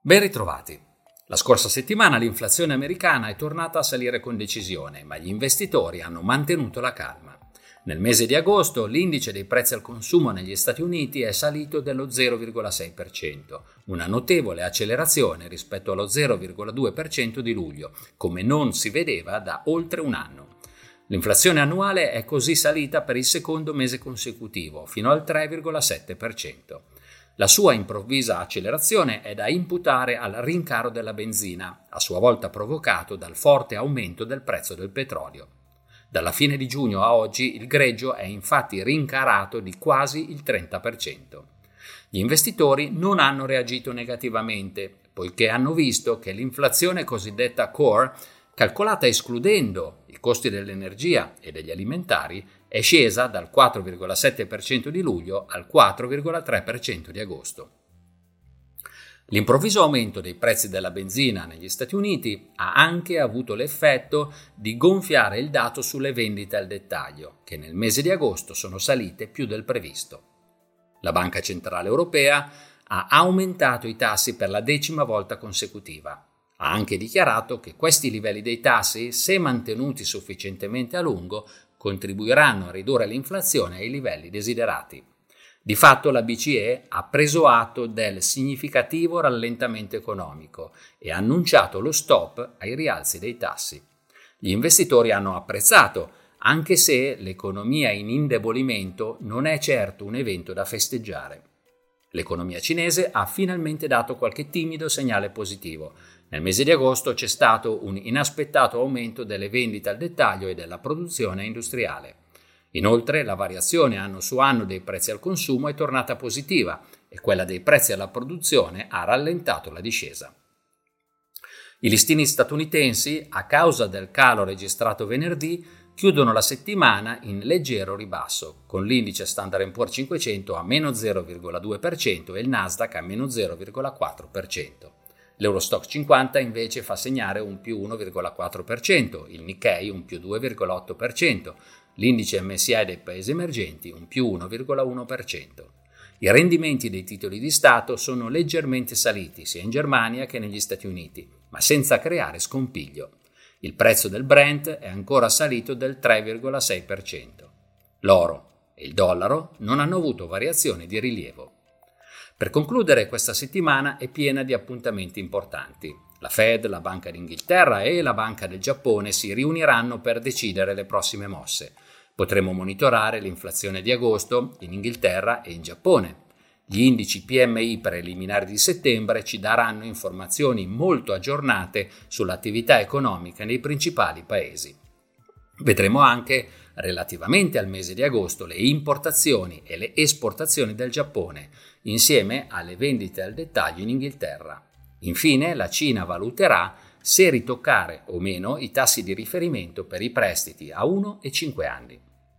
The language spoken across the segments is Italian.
Ben ritrovati. La scorsa settimana l'inflazione americana è tornata a salire con decisione, ma gli investitori hanno mantenuto la calma. Nel mese di agosto l'indice dei prezzi al consumo negli Stati Uniti è salito dello 0,6%, una notevole accelerazione rispetto allo 0,2% di luglio, come non si vedeva da oltre un anno. L'inflazione annuale è così salita per il secondo mese consecutivo, fino al 3,7%. La sua improvvisa accelerazione è da imputare al rincaro della benzina, a sua volta provocato dal forte aumento del prezzo del petrolio. Dalla fine di giugno a oggi il greggio è infatti rincarato di quasi il 30%. Gli investitori non hanno reagito negativamente, poiché hanno visto che l'inflazione cosiddetta core, calcolata escludendo i costi dell'energia e degli alimentari, è scesa dal 4,7% di luglio al 4,3% di agosto. L'improvviso aumento dei prezzi della benzina negli Stati Uniti ha anche avuto l'effetto di gonfiare il dato sulle vendite al dettaglio, che nel mese di agosto sono salite più del previsto. La Banca Centrale Europea ha aumentato i tassi per la 10ª volta consecutiva. Ha anche dichiarato che questi livelli dei tassi, se mantenuti sufficientemente a lungo, contribuiranno a ridurre l'inflazione ai livelli desiderati. Di fatto la BCE ha preso atto del significativo rallentamento economico e ha annunciato lo stop ai rialzi dei tassi. Gli investitori hanno apprezzato, anche se l'economia in indebolimento non è certo un evento da festeggiare. L'economia cinese ha finalmente dato qualche timido segnale positivo. Nel mese di agosto c'è stato un inaspettato aumento delle vendite al dettaglio e della produzione industriale. Inoltre, la variazione anno su anno dei prezzi al consumo è tornata positiva e quella dei prezzi alla produzione ha rallentato la discesa. I listini statunitensi, a causa del calo registrato venerdì, chiudono la settimana in leggero ribasso, con l'indice Standard & Poor's 500 a meno 0,2% e il Nasdaq a meno 0,4%. L'Eurostoxx 50 invece fa segnare un più 1,4%, il Nikkei un più 2,8%, l'indice MSCI dei paesi emergenti un più 1,1%. I rendimenti dei titoli di Stato sono leggermente saliti sia in Germania che negli Stati Uniti, ma senza creare scompiglio. Il prezzo del Brent è ancora salito del 3,6%. L'oro e il dollaro non hanno avuto variazioni di rilievo. Per concludere, questa settimana è piena di appuntamenti importanti. La Fed, la Banca d'Inghilterra e la Banca del Giappone si riuniranno per decidere le prossime mosse. Potremo monitorare l'inflazione di agosto in Inghilterra e in Giappone. Gli indici PMI preliminari di settembre ci daranno informazioni molto aggiornate sull'attività economica nei principali paesi. Vedremo anche, relativamente al mese di agosto, le importazioni e le esportazioni del Giappone, insieme alle vendite al dettaglio in Inghilterra. Infine, la Cina valuterà se ritoccare o meno i tassi di riferimento per i prestiti a 1 e 5 anni.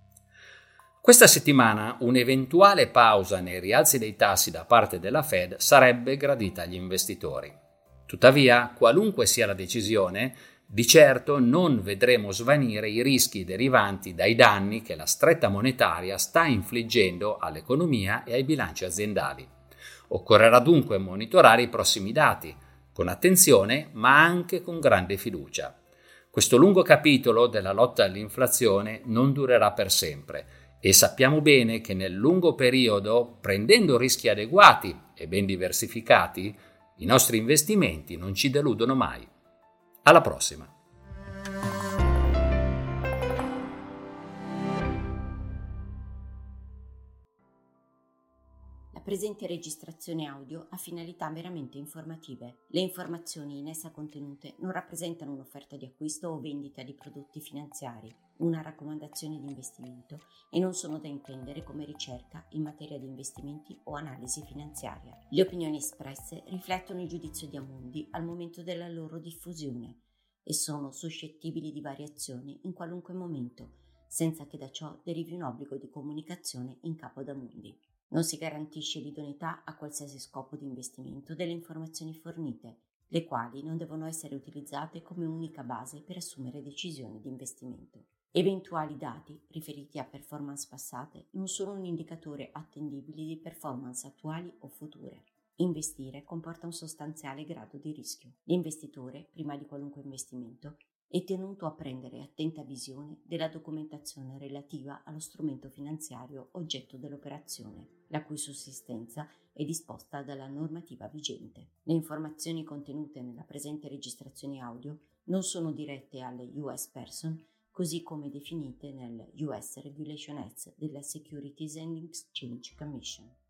Questa settimana un'eventuale pausa nei rialzi dei tassi da parte della Fed sarebbe gradita agli investitori. Tuttavia, qualunque sia la decisione, di certo non vedremo svanire i rischi derivanti dai danni che la stretta monetaria sta infliggendo all'economia e ai bilanci aziendali. Occorrerà dunque monitorare i prossimi dati, con attenzione ma anche con grande fiducia. Questo lungo capitolo della lotta all'inflazione non durerà per sempre e sappiamo bene che nel lungo periodo, prendendo rischi adeguati e ben diversificati, i nostri investimenti non ci deludono mai. Alla prossima! La presente registrazione audio ha finalità meramente informative. Le informazioni in essa contenute non rappresentano un'offerta di acquisto o vendita di prodotti finanziari, una raccomandazione di investimento e non sono da intendere come ricerca in materia di investimenti o analisi finanziaria. Le opinioni espresse riflettono il giudizio di Amundi al momento della loro diffusione e sono suscettibili di variazioni in qualunque momento, senza che da ciò derivi un obbligo di comunicazione in capo ad Amundi. Non si garantisce l'idoneità a qualsiasi scopo di investimento delle informazioni fornite, le quali non devono essere utilizzate come unica base per assumere decisioni di investimento. Eventuali dati riferiti a performance passate non sono un indicatore attendibile di performance attuali o future. Investire comporta un sostanziale grado di rischio. L'investitore, prima di qualunque investimento, è tenuto a prendere attenta visione della documentazione relativa allo strumento finanziario oggetto dell'operazione, la cui sussistenza è disposta dalla normativa vigente. Le informazioni contenute nella presente registrazione audio non sono dirette alle US Person, così come definite nel US Regulation Act della Securities and Exchange Commission.